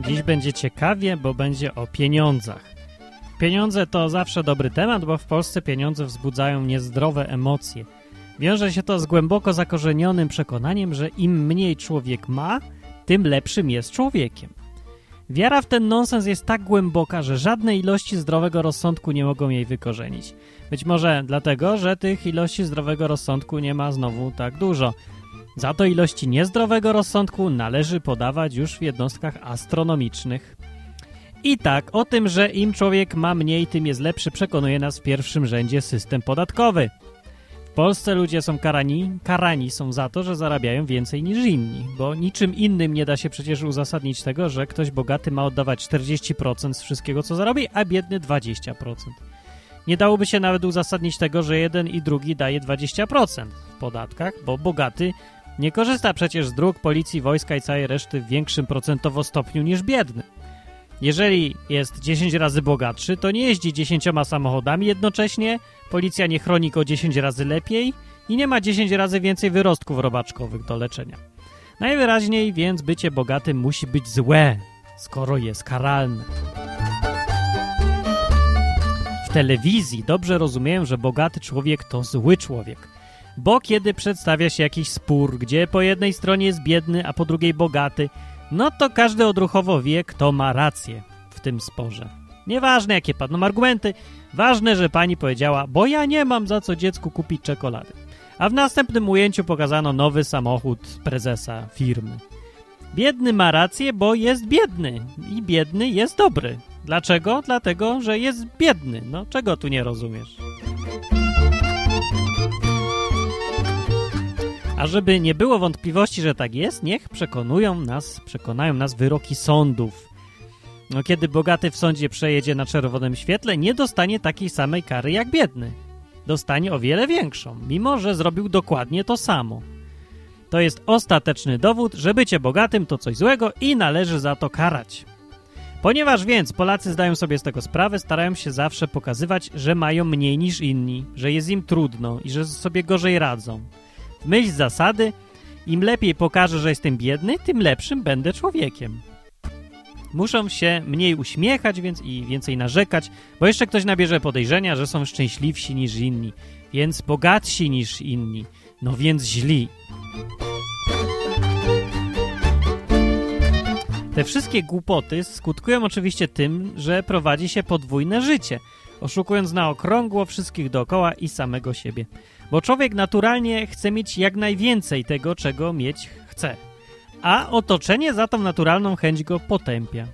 Dziś będzie ciekawie, bo będzie o pieniądzach. Pieniądze to zawsze dobry temat, bo w Polsce pieniądze wzbudzają niezdrowe emocje. Wiąże się to z głęboko zakorzenionym przekonaniem, że im mniej człowiek ma, tym lepszym jest człowiekiem. Wiara w ten nonsens jest tak głęboka, że żadne ilości zdrowego rozsądku nie mogą jej wykorzenić. Być może dlatego, że tych ilości zdrowego rozsądku nie ma znowu tak dużo. Za to ilości niezdrowego rozsądku należy podawać już w jednostkach astronomicznych. I tak, o tym, że im człowiek ma mniej, tym jest lepszy, przekonuje nas w pierwszym rzędzie system podatkowy. W Polsce ludzie są karani są za to, że zarabiają więcej niż inni, bo niczym innym nie da się przecież uzasadnić tego, że ktoś bogaty ma oddawać 40% z wszystkiego, co zarobi, a biedny 20%. Nie dałoby się nawet uzasadnić tego, że jeden i drugi daje 20% w podatkach, bo bogaty nie korzysta przecież z dróg, policji, wojska i całej reszty w większym procentowo stopniu niż biedny. Jeżeli jest 10 razy bogatszy, to nie jeździ 10 samochodami jednocześnie, policja nie chroni go 10 razy lepiej i nie ma 10 razy więcej wyrostków robaczkowych do leczenia. Najwyraźniej więc bycie bogatym musi być złe, skoro jest karalne. W telewizji dobrze rozumieją, że bogaty człowiek to zły człowiek. Bo kiedy przedstawia się jakiś spór, gdzie po jednej stronie jest biedny, a po drugiej bogaty, no to każdy odruchowo wie, kto ma rację w tym sporze. Nieważne, jakie padną argumenty, ważne, że pani powiedziała, bo ja nie mam za co dziecku kupić czekolady. A w następnym ujęciu pokazano nowy samochód prezesa firmy. Biedny ma rację, bo jest biedny i biedny jest dobry. Dlaczego? Dlatego, że jest biedny. No, czego tu nie rozumiesz? A żeby nie było wątpliwości, że tak jest, niech przekonają nas wyroki sądów. No, kiedy bogaty w sądzie przejedzie na czerwonym świetle, nie dostanie takiej samej kary jak biedny. Dostanie o wiele większą, mimo że zrobił dokładnie to samo. To jest ostateczny dowód, że bycie bogatym to coś złego i należy za to karać. Ponieważ więc Polacy zdają sobie z tego sprawę, starają się zawsze pokazywać, że mają mniej niż inni, że jest im trudno i że sobie gorzej radzą. W myśl zasady, im lepiej pokażę, że jestem biedny, tym lepszym będę człowiekiem. Muszą się mniej uśmiechać i więcej narzekać, bo jeszcze ktoś nabierze podejrzenia, że są szczęśliwsi niż inni, więc bogatsi niż inni, no więc źli. Te wszystkie głupoty skutkują oczywiście tym, że prowadzi się podwójne życie, oszukując na okrągło wszystkich dookoła i samego siebie. Bo człowiek naturalnie chce mieć jak najwięcej tego, czego mieć chce, a otoczenie za tą naturalną chęć go potępia.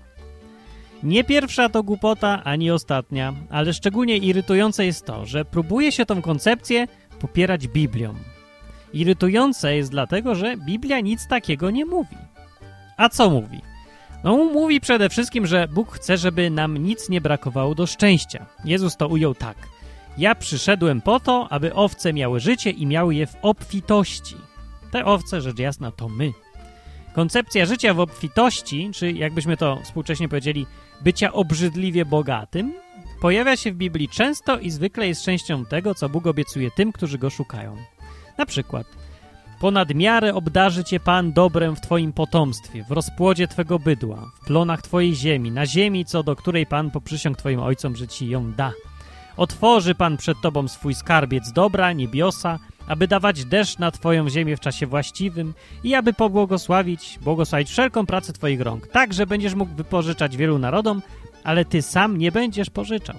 Nie pierwsza to głupota, ani ostatnia, ale szczególnie irytujące jest to, że próbuje się tą koncepcję popierać Biblią. Irytujące jest dlatego, że Biblia nic takiego nie mówi. A co mówi? No, mówi przede wszystkim, że Bóg chce, żeby nam nic nie brakowało do szczęścia. Jezus to ujął tak. Ja przyszedłem po to, aby owce miały życie i miały je w obfitości. Te owce, rzecz jasna, to my. Koncepcja życia w obfitości, czy jakbyśmy to współcześnie powiedzieli, bycia obrzydliwie bogatym, pojawia się w Biblii często i zwykle jest częścią tego, co Bóg obiecuje tym, którzy Go szukają. Na przykład, ponad miarę obdarzy Cię Pan dobrem w Twoim potomstwie, w rozpłodzie Twego bydła, w plonach Twojej ziemi, na ziemi, co do której Pan poprzysiągł Twoim ojcom, że Ci ją da. Otworzy Pan przed Tobą swój skarbiec dobra, niebiosa, aby dawać deszcz na Twoją ziemię w czasie właściwym i aby błogosławić wszelką pracę Twoich rąk, tak, że będziesz mógł wypożyczać wielu narodom, ale Ty sam nie będziesz pożyczał.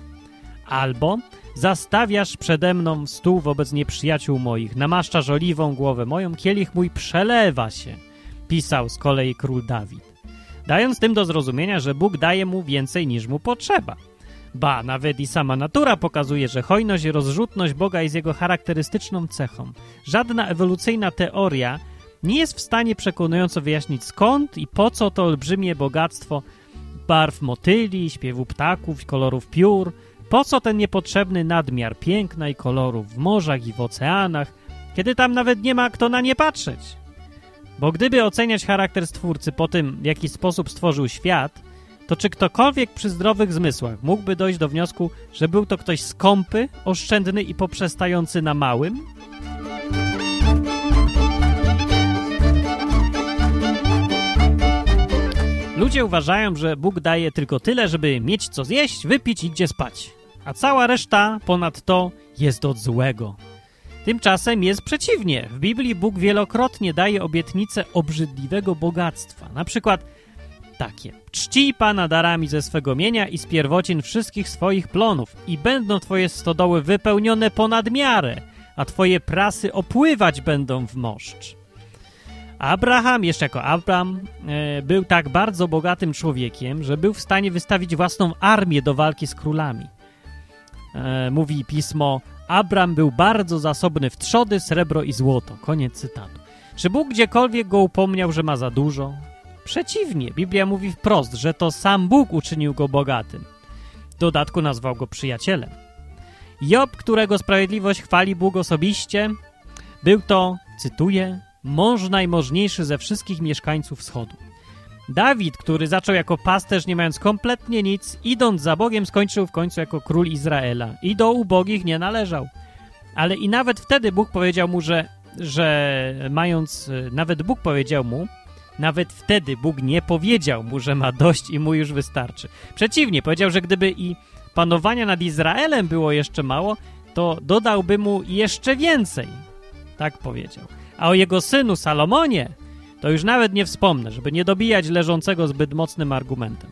Albo zastawiasz przede mną stół wobec nieprzyjaciół moich, namaszczasz oliwą głowę moją, kielich mój przelewa się, pisał z kolei król Dawid, dając tym do zrozumienia, że Bóg daje mu więcej niż mu potrzeba. Ba, nawet i sama natura pokazuje, że hojność i rozrzutność Boga jest jego charakterystyczną cechą. Żadna ewolucyjna teoria nie jest w stanie przekonująco wyjaśnić skąd i po co to olbrzymie bogactwo barw motyli, śpiewu ptaków, kolorów piór, po co ten niepotrzebny nadmiar piękna i kolorów w morzach i w oceanach, kiedy tam nawet nie ma kto na nie patrzeć. Bo gdyby oceniać charakter Stwórcy po tym, w jaki sposób stworzył świat, to czy ktokolwiek przy zdrowych zmysłach mógłby dojść do wniosku, że był to ktoś skąpy, oszczędny i poprzestający na małym? ludzie uważają, że Bóg daje tylko tyle, żeby mieć co zjeść, wypić i gdzie spać. A cała reszta ponadto jest od złego. Tymczasem jest przeciwnie. W Biblii Bóg wielokrotnie daje obietnicę obrzydliwego bogactwa. Na przykład takie. Czcij Pana darami ze swego mienia i z pierwocin wszystkich swoich plonów i będą twoje stodoły wypełnione ponad miarę, a twoje prasy opływać będą w moszcz. Abraham, jeszcze jako Abram, był tak bardzo bogatym człowiekiem, że był w stanie wystawić własną armię do walki z królami. Mówi pismo, Abram był bardzo zasobny w trzody, srebro i złoto. Koniec cytatu. Czy Bóg gdziekolwiek go upomniał, że ma za dużo? Przeciwnie, Biblia mówi wprost, że to sam Bóg uczynił go bogatym. W dodatku nazwał go przyjacielem. Job, którego sprawiedliwość chwali Bóg osobiście, był to, cytuję, mąż najmożniejszy ze wszystkich mieszkańców wschodu. Dawid, który zaczął jako pasterz, nie mając kompletnie nic, idąc za Bogiem, skończył w końcu jako król Izraela i do ubogich nie należał. Ale i nawet wtedy Bóg powiedział mu, nawet wtedy Bóg nie powiedział mu, że ma dość i mu już wystarczy. Przeciwnie, powiedział, że gdyby i panowania nad Izraelem było jeszcze mało, to dodałby mu jeszcze więcej. Tak powiedział. A o jego synu Salomonie to już nawet nie wspomnę, żeby nie dobijać leżącego zbyt mocnym argumentem.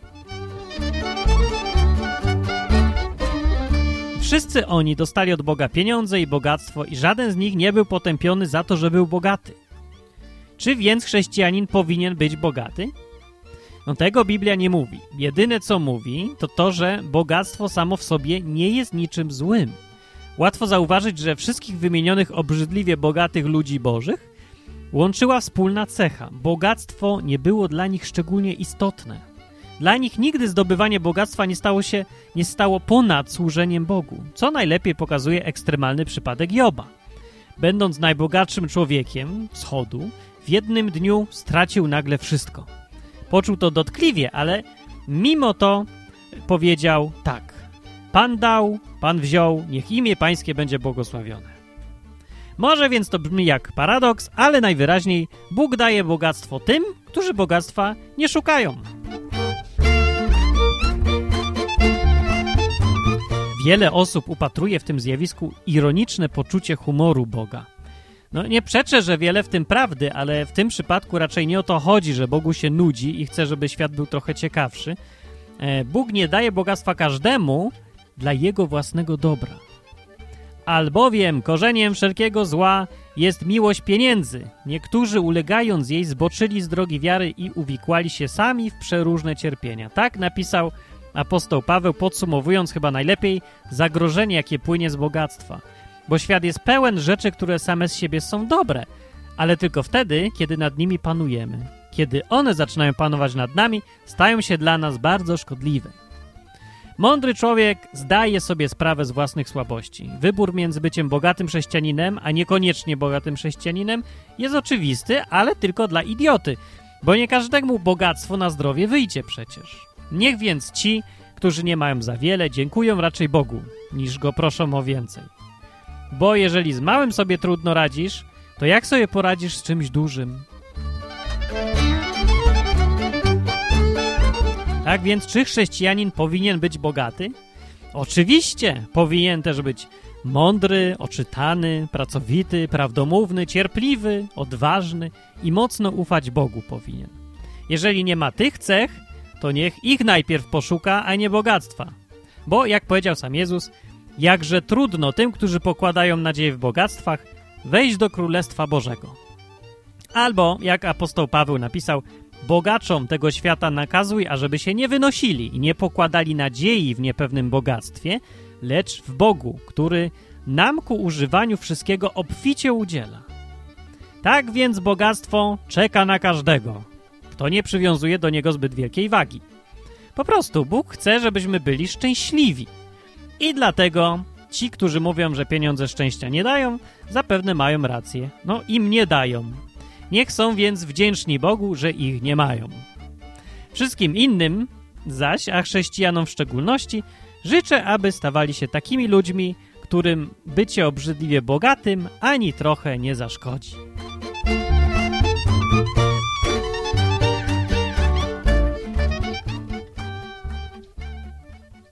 Wszyscy oni dostali od Boga pieniądze i bogactwo i żaden z nich nie był potępiony za to, że był bogaty. Czy więc chrześcijanin powinien być bogaty? No tego Biblia nie mówi. Jedyne co mówi, to to, że bogactwo samo w sobie nie jest niczym złym. Łatwo zauważyć, że wszystkich wymienionych obrzydliwie bogatych ludzi bożych łączyła wspólna cecha. Bogactwo nie było dla nich szczególnie istotne. Dla nich nigdy zdobywanie bogactwa nie stało ponad służeniem Bogu, co najlepiej pokazuje ekstremalny przypadek Joba. Będąc najbogatszym człowiekiem wschodu, w jednym dniu stracił nagle wszystko. Poczuł to dotkliwie, ale mimo to powiedział tak. Pan dał, Pan wziął, niech imię Pańskie będzie błogosławione. Może więc to brzmi jak paradoks, ale najwyraźniej Bóg daje bogactwo tym, którzy bogactwa nie szukają. Wiele osób upatruje w tym zjawisku ironiczne poczucie humoru Boga. No nie przeczę, że wiele w tym prawdy, ale w tym przypadku raczej nie o to chodzi, że Bogu się nudzi i chce, żeby świat był trochę ciekawszy. Bóg nie daje bogactwa każdemu dla jego własnego dobra. Albowiem korzeniem wszelkiego zła jest miłość pieniędzy. Niektórzy ulegając jej zboczyli z drogi wiary i uwikłali się sami w przeróżne cierpienia. Tak napisał apostoł Paweł, podsumowując chyba najlepiej zagrożenie, jakie płynie z bogactwa. Bo świat jest pełen rzeczy, które same z siebie są dobre, ale tylko wtedy, kiedy nad nimi panujemy. Kiedy one zaczynają panować nad nami, stają się dla nas bardzo szkodliwe. Mądry człowiek zdaje sobie sprawę z własnych słabości. Wybór między byciem bogatym chrześcijaninem, a niekoniecznie bogatym chrześcijaninem jest oczywisty, ale tylko dla idioty, bo nie każdemu bogactwo na zdrowie wyjdzie przecież. Niech więc ci, którzy nie mają za wiele, dziękują raczej Bogu, niż go proszą o więcej. Bo jeżeli z małym sobie trudno radzisz, to jak sobie poradzisz z czymś dużym? Tak więc, czy chrześcijanin powinien być bogaty? Oczywiście, powinien też być mądry, oczytany, pracowity, prawdomówny, cierpliwy, odważny i mocno ufać Bogu powinien. Jeżeli nie ma tych cech, to niech ich najpierw poszuka, a nie bogactwa. Bo, jak powiedział sam Jezus, jakże trudno tym, którzy pokładają nadzieję w bogactwach, wejść do Królestwa Bożego. Albo, jak apostoł Paweł napisał, bogaczom tego świata nakazuj, ażeby się nie wynosili i nie pokładali nadziei w niepewnym bogactwie, lecz w Bogu, który nam ku używaniu wszystkiego obficie udziela. Tak więc bogactwo czeka na każdego, kto nie przywiązuje do niego zbyt wielkiej wagi. Po prostu Bóg chce, żebyśmy byli szczęśliwi. I dlatego ci, którzy mówią, że pieniądze szczęścia nie dają, zapewne mają rację. No, im nie dają. Niech są więc wdzięczni Bogu, że ich nie mają. Wszystkim innym zaś, a chrześcijanom w szczególności, życzę, aby stawali się takimi ludźmi, którym bycie obrzydliwie bogatym ani trochę nie zaszkodzi.